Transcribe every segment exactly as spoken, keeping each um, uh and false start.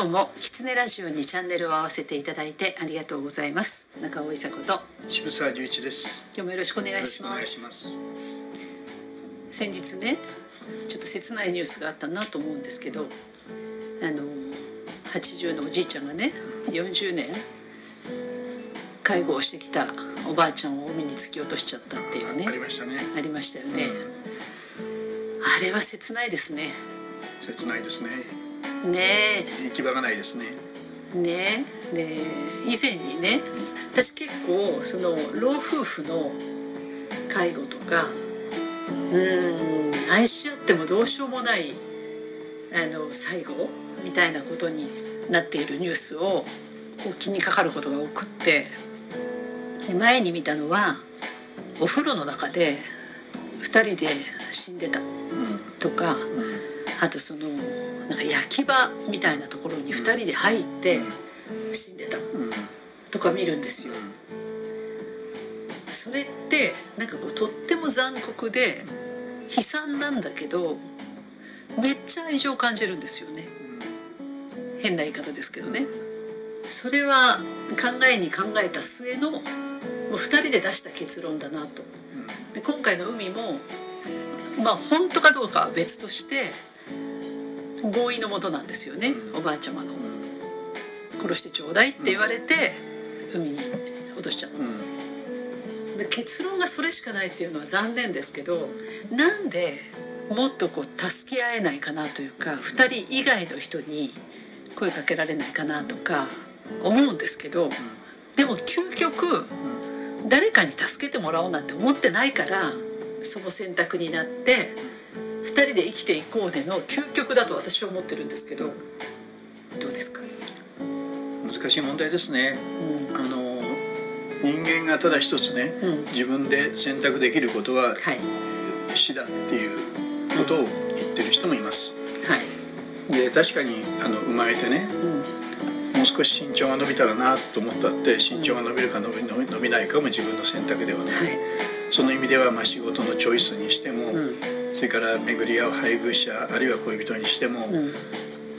今日もキツネラジオにチャンネルを合わせていただいてありがとうございます。中尾伊佐子と渋沢十一です。 今日もよろしくお願いします。先日ねちょっと切ないニュースがあったなと思うんですけど、あのはちじゅうのおじいちゃんがねよんじゅうねん介護をしてきたおばあちゃんを海に突き落としちゃったっていうね、 ありましたねありましたよね、うん、あれは切ないですね。 切ないですね。 ねえ、 行き場がないですね。 ねえ、で以前にね私結構その老夫婦の介護とかうーん愛し合ってもどうしようもないあの最後みたいなことになっているニュースをこう気にかかることが多くって、で前に見たのはお風呂の中でふたりで死んでたとか、うんうん、あとそのなんか焼き場みたいなところにふたりで入って死んでたとか見るんですよ。それってなんかこうとっても残酷で悲惨なんだけどめっちゃ愛情を感じるんですよね。変な言い方ですけどね。それは考えに考えた末のもうふたりで出した結論だなと。で今回の海もまあ本当かどうかは別として合意のもとなんですよね。おばあちゃまの殺してちょうだいって言われて海に落としちゃった、うん、で結論がそれしかないっていうのは残念ですけど、なんでもっとこう助け合えないかなというかふたり以外の人に声かけられないかなとか思うんですけど、でも究極誰かに助けてもらおうなんて思ってないからその選択になってふたりで生きていこうでの究極だと私は思ってるんですけど、どうですか？ 難しい問題ですね、うん、あの人間がただ一つね、うん、自分で選択できることは、はい、死だっていうことを言ってる人もいます、はい、で確かにあの生まれてね、うん、もう少し身長が伸びたらなと思ったって身長が伸びるか伸び、伸びないかも自分の選択ではない、はい、その意味では、まあ、仕事のチョイスにしても、うん、それから巡り合う配偶者あるいは恋人にしても、うん、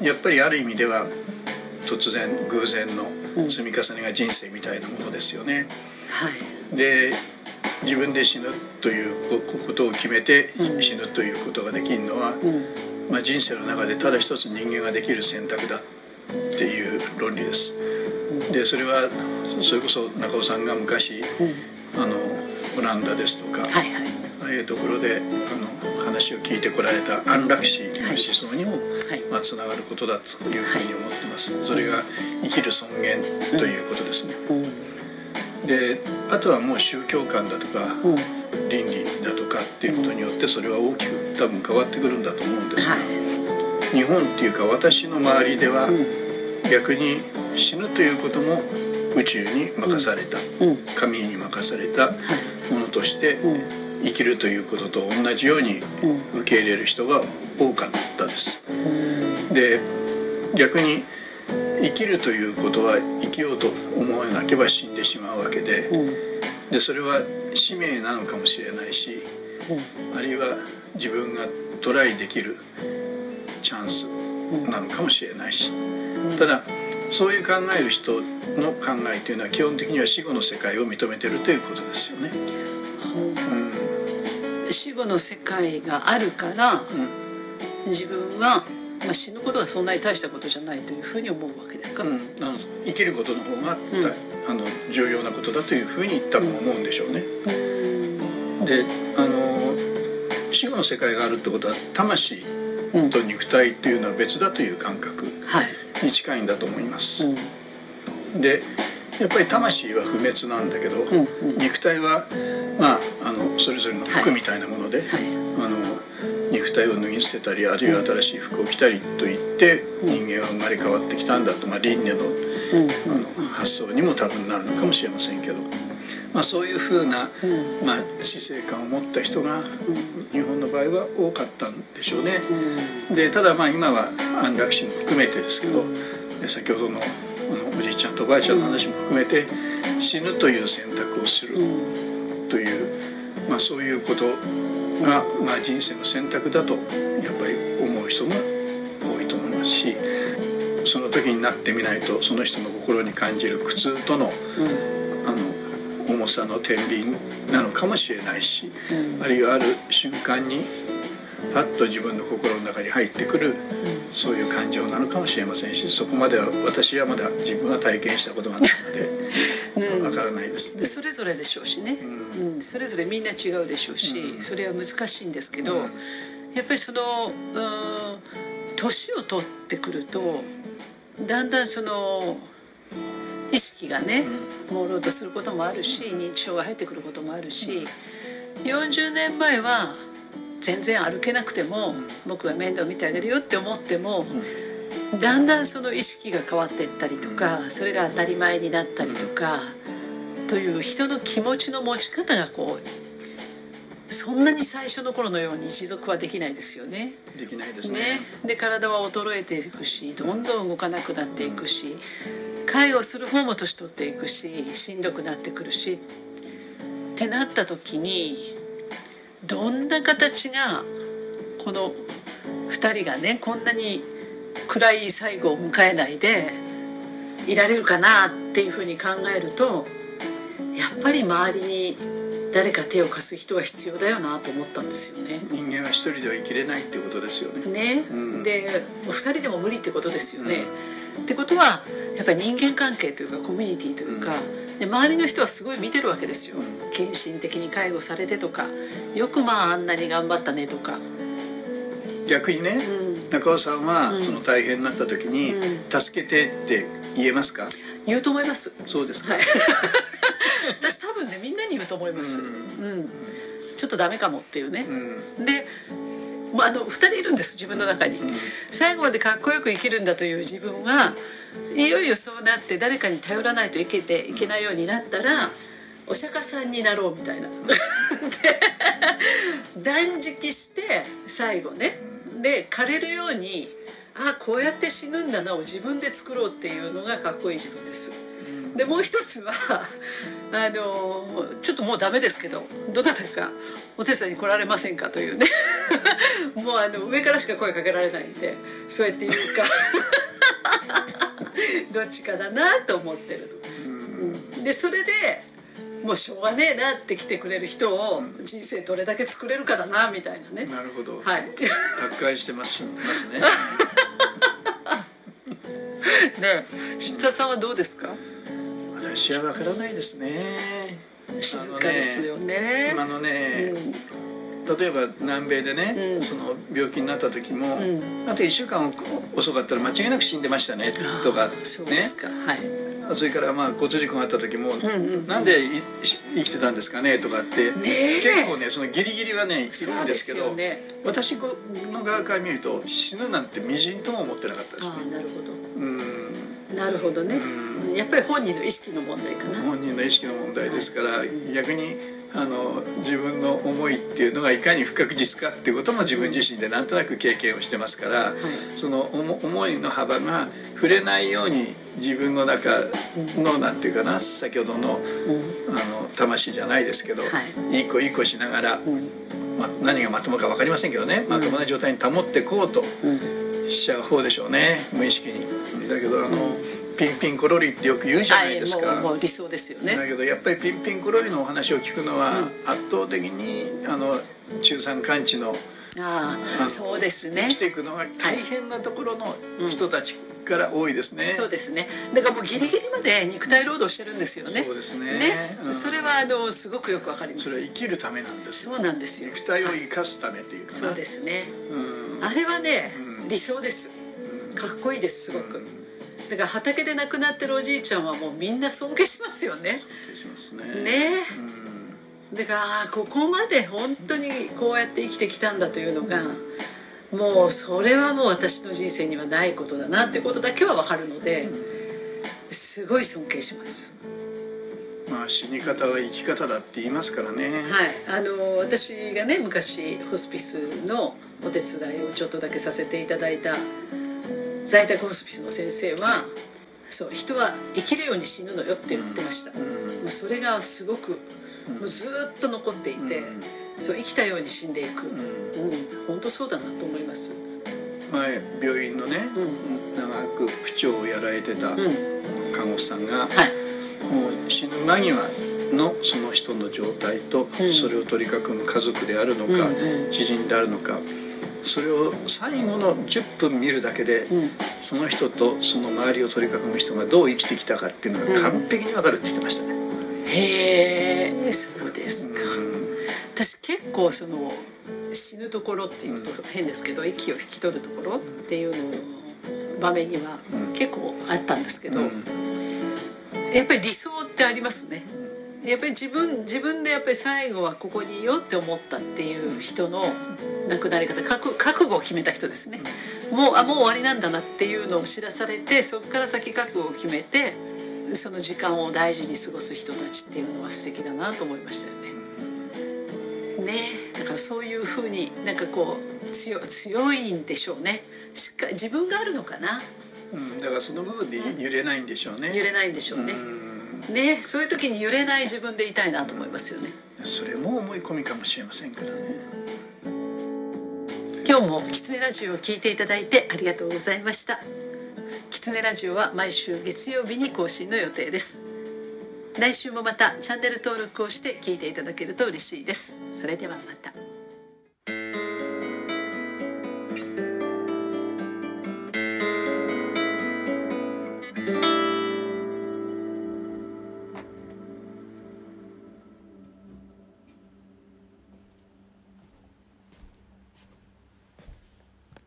やっぱりある意味では突然偶然の積み重ねが人生みたいなものですよね、はい、で自分で死ぬということを決めて死ぬということができるのは、うんまあ、人生の中でただ一つ人間ができる選択だっていう論理です、うん、でそれはそれこそ中尾さんが昔、うん、あのオランダですとか、はいはい、ああいうところであの話を聞いてこられた安楽死の思想にも、はいまあ、つながることだというふうに思ってます、はい、それが生きる尊厳ということですね、うん、であとはもう宗教観だとか、うん、倫理だとかっていうことによってそれは大きく多分変わってくるんだと思うんですが、はい、日本っていうか私の周りでは、うん、逆に死ぬということも宇宙に任された、うん、神に任されたものとして、うん生きるということと同じように受け入れる人が多かったです、うん、で逆に生きるということは生きようと思わなければ死んでしまうわけで、うん、でそれは使命なのかもしれないし、うん、あるいは自分がトライできるチャンスなのかもしれないし、うん、ただそういう考える人の考えというのは基本的には死後の世界を認めているということですよね、うん死後の世界があるから、うん、自分は、まあ、死ぬことがそんなに大したことじゃないというふうに思うわけですか、うん、 あの生きることの方が、うん、あの重要なことだというふうに多分思うんでしょうね、うん、であの死後の世界があるってことは魂と肉体というのは別だという感覚に近いんだと思います、うん、でやっぱり魂は不滅なんだけど、うんうん、肉体は、まあ、あのそれぞれの服みたいなもので、はいはい、あの肉体を脱ぎ捨てたりあるいは新しい服を着たりといって人間は生まれ変わってきたんだと、まあ、輪廻の、うん、あの発想にも多分なるのかもしれませんけど、まあ、そういうふうな、まあ、死生観を持った人が日本の場合は多かったんでしょうね。でただまあ今は安楽死も含めてですけど、先ほどのおじいちゃんとおばあちゃんの話も含めて死ぬという選択をするという、まあ、そういうことが、まあ、人生の選択だとやっぱり思う人も多いと思いますし、その時時になってみないとその人の心に感じる苦痛との、うん、あの重さの天秤なのかもしれないし、うん、あるいはある瞬間にパッと自分の心の中に入ってくる、うん、そういう感情なのかもしれませんし、そこまでは私はまだ自分は体験したことがないのでわ、うん、からないですね。 それぞれでしょうしね、うんうん、それぞれみんな違うでしょうし、うん、それは難しいんですけど、うん、やっぱりその年を取ってくるとだんだんその意識がね朦朧とすることもあるし、認知症が入ってくることもあるし、よんじゅうねんまえは全然歩けなくても僕が面倒見てあげるよって思っても、だんだんその意識が変わっていったりとか、それが当たり前になったりとかという人の気持ちの持ち方がこうそんなに最初の頃のように持続はできないですよね。 できないですね。 ね、で体は衰えていくし、どんどん動かなくなっていくし、介護する方も年取っていくし、しんどくなってくるしってなった時に、どんな形がこのふたりがねこんなに暗い最後を迎えないでいられるかなっていうふうに考えると、やっぱり周りに誰か手を貸す人が必要だよなと思ったんですよね。人間は一人では生きれないっていうことですよね。 ね、うん、でふたりでも無理ってことですよね、うん、ってことはやっぱり人間関係というかコミュニティというか、うん、で周りの人はすごい見てるわけですよ、うん、献身的に介護されてとか、よくまああんなに頑張ったねとか。 逆にね、うん、中尾さんはその大変になった時に、うん、助けてって言えますか？ 言うと思います。 そうですか、はい、 私多分ねみんなに言うと思います、うんうん、ちょっとダメかもっていうね、うん、で、まあ、あのふたりいるんです、自分の中に、うん、最後までかっこよく生きるんだという自分はいよいよそうなって誰かに頼らないといけていけないようになったらお釈迦さんになろうみたいなで断食して最後ねで枯れるように、あこうやって死ぬんだなを自分で作ろうっていうのがかっこいい自分です。でもう一つはあのちょっともうダメですけど、どなたかお手伝いに来られませんかというねもうあの上からしか声かけられないんで、そうやって言うかどっちかだなと思ってるの、うん、でそれでもうしょうがねえなって来てくれる人を人生どれだけ作れるかだなみたいなね。 なるほど、 はい、 脱会してますますねね、新田さんはどうですか？ 私は分からないですね。 静かですよね。 今のね、うん、例えば南米でね、うん、その病気になった時も、うん、あといっしゅうかん遅かったら間違いなく死んでましたねとかね。 そうですか、はい。 それからまあ交通事故があった時も、うんうん、なんで生きてたんですかねとかって、 ね、 結構ねそのギリギリはねいるんですけど、 ね、 私の側から見ると死ぬなんてみじんとも思ってなかったですね。 あ、なるほど、 うん、 なるほどね、うん、やっぱり本人の意識の問題かな。 本人の意識の問題ですから、はい、逆にあの自分の思いっていうのがいかに不確実かっていうことも自分自身でなんとなく経験をしてますから、はい、その思いの幅が触れないように自分の中のなんていうかな、先ほどの、うん、あの魂じゃないですけど、はい、いい子いい子しながら、うんま、何がまともか分かりませんけどね、まともな状態に保ってこうとしちゃう方でしょうね、無意識に。だけどあの、うん、ピンピンコロリってよく言うじゃないですか、 はい、もう、もう理想ですよね。 だけどやっぱりピンピンコロリのお話を聞くのは、うん、圧倒的にあの中山間地のああそうですね、 生きていくのが大変なところの人たちから多いですね、 うん、そうですね。だからもうギリギリまで肉体労働してるんですよね。 そうですね、 ね、うん、それはあのすごくよくわかります。 それは生きるためなんです。 そうなんですよ、 肉体を生かすためというかな。 そうですね、うん、あれはね、うん、理想です、うん、かっこいいです、すごく、うん、だから畑で亡くなってるおじいちゃんはもうみんな尊敬しますよね。 尊敬しますね。 ね、うん、だからここまで本当にこうやって生きてきたんだというのが、もうそれはもう私の人生にはないことだなっていうことだけは分かるので、すごい尊敬します。 まあ死に方は生き方だって言いますからね。 はい、あの私がね昔ホスピスのお手伝いをちょっとだけさせていただいた在宅ホスピスの先生は、そう人は生きるように死ぬのよって言ってました、うん、それがすごくもうずっと残っていて、うん、そう生きたように死んでいく、うんうん、本当そうだなと思います。 前病院のね、うん、長くく区長をやられてた看護師さんが、 はい、 もう死ぬ間際のその人の状態と、 うん、 それを取り囲む家族であるのか、うんうん、知人であるのか、それを最後のじゅっぷん見るだけで、うん、その人とその周りを取り囲む人がどう生きてきたかっていうのが完璧に分かるって言ってましたね。うん、 へえ、そうですか。うん、私結構その死ぬところっていうと変ですけど、うん、息を引き取るところっていうの場面には結構あったんですけど、うん、やっぱり理想ってありますね。やっぱり自分自分でやっぱり最後はここにいようって思ったっていう人の亡くなり方、覚, 覚悟を決めた人ですね。もうあもう終わりなんだなっていうのを知らされて、そこから先覚悟を決めてその時間を大事に過ごす人たちっていうのは素敵だなと思いましたよね。ね、だからそういうふうになんかこう 強, 強いんでしょうね。しっかり自分があるのかな、 うん、だからその部分で揺れないんでしょうね。揺れないんでしょうね。うん、ね、そういう時に揺れない自分でいたいなと思いますよね。 それも思い込みかもしれませんからね。 今日もキツネラジオを聞いていただいてありがとうございました。キツネラジオは毎週月曜日に更新の予定です。来週もまたチャンネル登録をして聞いていただけると嬉しいです。それではまた。